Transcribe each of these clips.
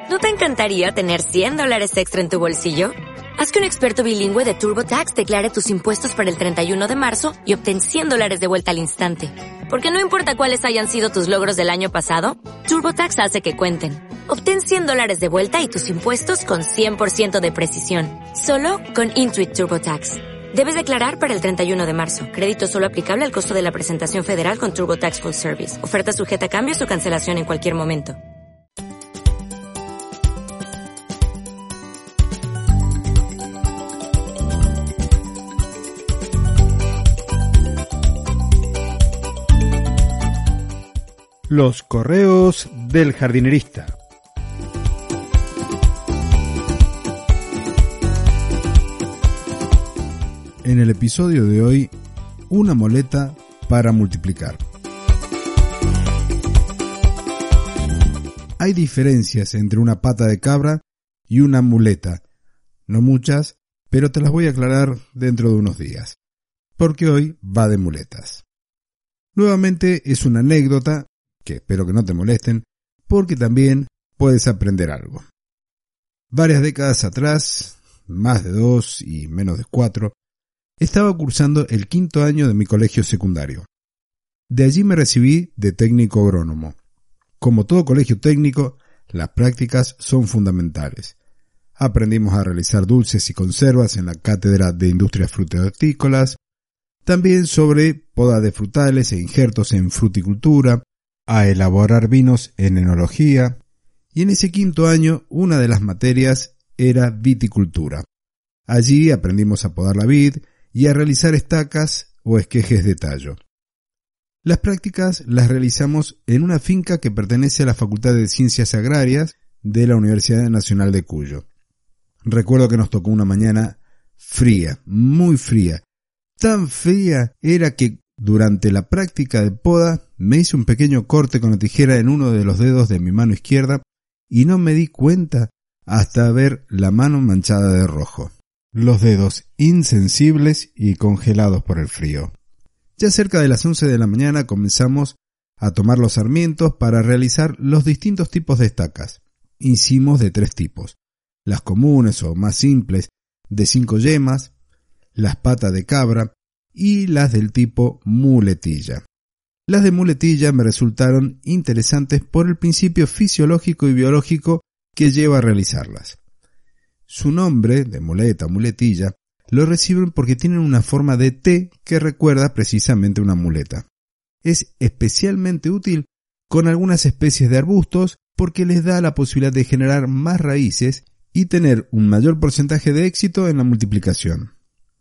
¿No te encantaría tener $100 extra en tu bolsillo? Haz que un experto bilingüe de TurboTax declare tus impuestos para el 31 de marzo y obtén $100 de vuelta al instante. Porque no importa cuáles hayan sido tus logros del año pasado, TurboTax hace que cuenten. Obtén $100 de vuelta y tus impuestos con 100% de precisión. Solo con Intuit TurboTax. Debes declarar para el 31 de marzo. Crédito solo aplicable al costo de la presentación federal con TurboTax Full Service. Oferta sujeta a cambios o cancelación en cualquier momento. Los correos del jardinerista. En el episodio de hoy, una muleta para multiplicar. Hay diferencias entre una pata de cabra y una muleta. No muchas, pero te las voy a aclarar dentro de unos días, porque hoy va de muletas. Nuevamente es una anécdota que espero que no te molesten, porque también puedes aprender algo. Varias décadas atrás, más de 2 y menos de 4, estaba cursando el 5º año de mi colegio secundario. De allí me recibí de técnico agrónomo. Como todo colegio técnico, las prácticas son fundamentales. Aprendimos a realizar dulces y conservas en la cátedra de industrias frutícolas, también sobre poda de frutales e injertos en fruticultura, a elaborar vinos en enología, y en ese 5º año una de las materias era viticultura. Allí aprendimos a podar la vid y a realizar estacas o esquejes de tallo. Las prácticas las realizamos en una finca que pertenece a la Facultad de Ciencias Agrarias de la Universidad Nacional de Cuyo. Recuerdo que nos tocó una mañana fría, muy fría. Tan fría era que durante la práctica de poda me hice un pequeño corte con la tijera en uno de los dedos de mi mano izquierda y no me di cuenta hasta ver la mano manchada de rojo. Los dedos insensibles y congelados por el frío. Ya cerca de las 11 de la mañana comenzamos a tomar los sarmientos para realizar los distintos tipos de estacas. Hicimos de 3 tipos: las comunes o más simples de 5 yemas, las patas de cabra y las del tipo muletilla. Las de muletilla me resultaron interesantes por el principio fisiológico y biológico que lleva a realizarlas. Su nombre, de muleta o muletilla, lo reciben porque tienen una forma de T que recuerda precisamente una muleta. Es especialmente útil con algunas especies de arbustos porque les da la posibilidad de generar más raíces y tener un mayor porcentaje de éxito en la multiplicación.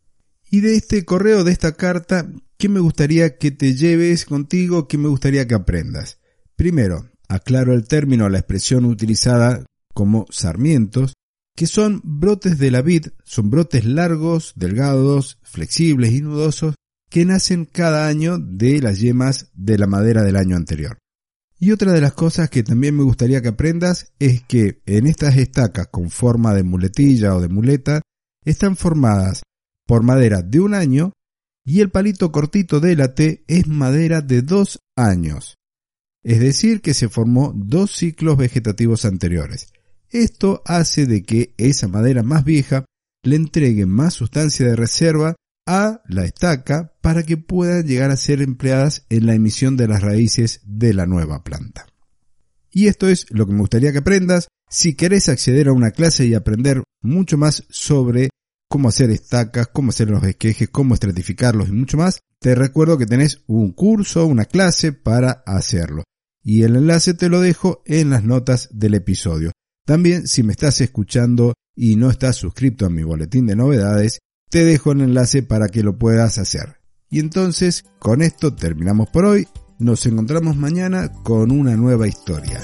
Y de este correo, de esta carta, ¿qué me gustaría que te lleves contigo? ¿Qué me gustaría que aprendas? Primero, aclaro el término o la expresión utilizada como sarmientos, que son brotes de la vid, son brotes largos, delgados, flexibles y nudosos, que nacen cada año de las yemas de la madera del año anterior. Y otra de las cosas que también me gustaría que aprendas es que en estas estacas con forma de muletilla o de muleta están formadas por madera de 1 año y el palito cortito de la T es madera de 2 años. Es decir, que se formó 2 ciclos vegetativos anteriores. Esto hace de que esa madera más vieja le entregue más sustancia de reserva a la estaca para que puedan llegar a ser empleadas en la emisión de las raíces de la nueva planta. Y esto es lo que me gustaría que aprendas. Si querés acceder a una clase y aprender mucho más sobre cómo hacer estacas, cómo hacer los esquejes, cómo estratificarlos y mucho más, te recuerdo que tenés un curso, una clase para hacerlo. Y el enlace te lo dejo en las notas del episodio. También, si me estás escuchando y no estás suscrito a mi boletín de novedades, te dejo el enlace para que lo puedas hacer. Y entonces, con esto terminamos por hoy. Nos encontramos mañana con una nueva historia.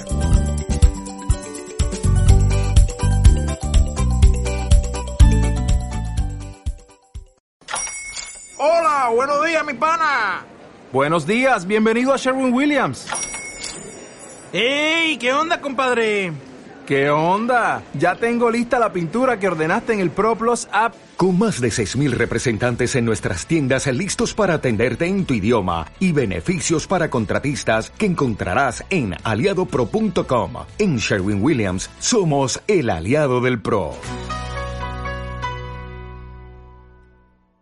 Hola, buenos días, mi pana. Buenos días, bienvenido a Sherwin-Williams. ¡Ey! ¿Qué onda, compadre? ¿Qué onda? Ya tengo lista la pintura que ordenaste en el ProPlus app. Con más de 6,000 representantes en nuestras tiendas listos para atenderte en tu idioma y beneficios para contratistas que encontrarás en aliadopro.com. En Sherwin-Williams somos el aliado del pro.